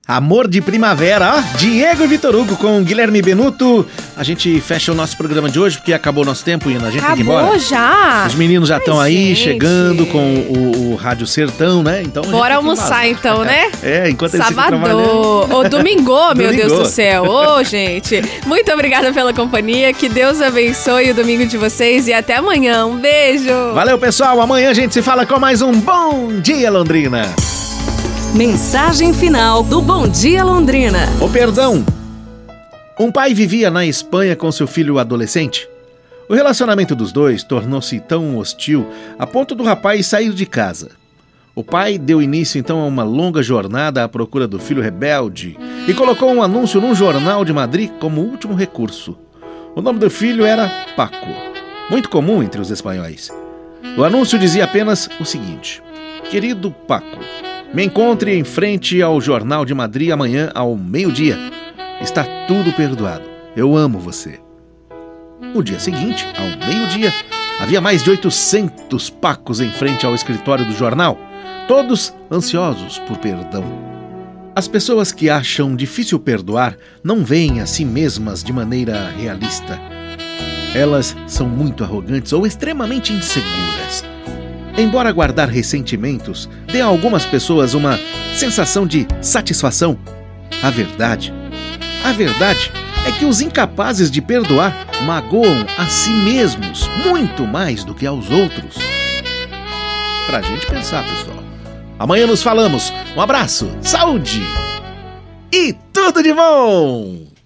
Amor de Primavera, ó, Diego e Vitor Hugo com Guilherme Benuto. A gente fecha o nosso programa de hoje porque acabou o nosso tempo e a gente tem que ir embora. Acabou já? Os meninos já estão aí, chegando com o Rádio Sertão, né? Então bora almoçar então, né? Enquanto eles ficam trabalhando. trabalhando. Ô, domingo, meu Deus do céu. Ô, gente. Muito obrigada pela companhia. Que Deus abençoe o domingo de vocês e até amanhã. Um beijo. Valeu, pessoal. Amanhã a gente se fala com mais um Bom Dia Londrina. Mensagem final do Bom Dia Londrina. Ô, perdão. Um pai vivia na Espanha com seu filho adolescente. O relacionamento dos dois tornou-se tão hostil a ponto do rapaz sair de casa. O pai deu início então a uma longa jornada à procura do filho rebelde e colocou um anúncio num jornal de Madrid como último recurso. O nome do filho era Paco, muito comum entre os espanhóis. O anúncio dizia apenas o seguinte: querido Paco, me encontre em frente ao Jornal de Madrid amanhã ao meio-dia. Está tudo perdoado. Eu amo você. No dia seguinte, ao meio-dia, havia mais de 800 Pacos em frente ao escritório do jornal, todos ansiosos por perdão. As pessoas que acham difícil perdoar não veem a si mesmas de maneira realista. Elas são muito arrogantes ou extremamente inseguras. Embora guardar ressentimentos dê a algumas pessoas uma sensação de satisfação, a verdade é que os incapazes de perdoar magoam a si mesmos muito mais do que aos outros. Pra gente pensar, pessoal. Amanhã nos falamos. Um abraço, saúde e tudo de bom!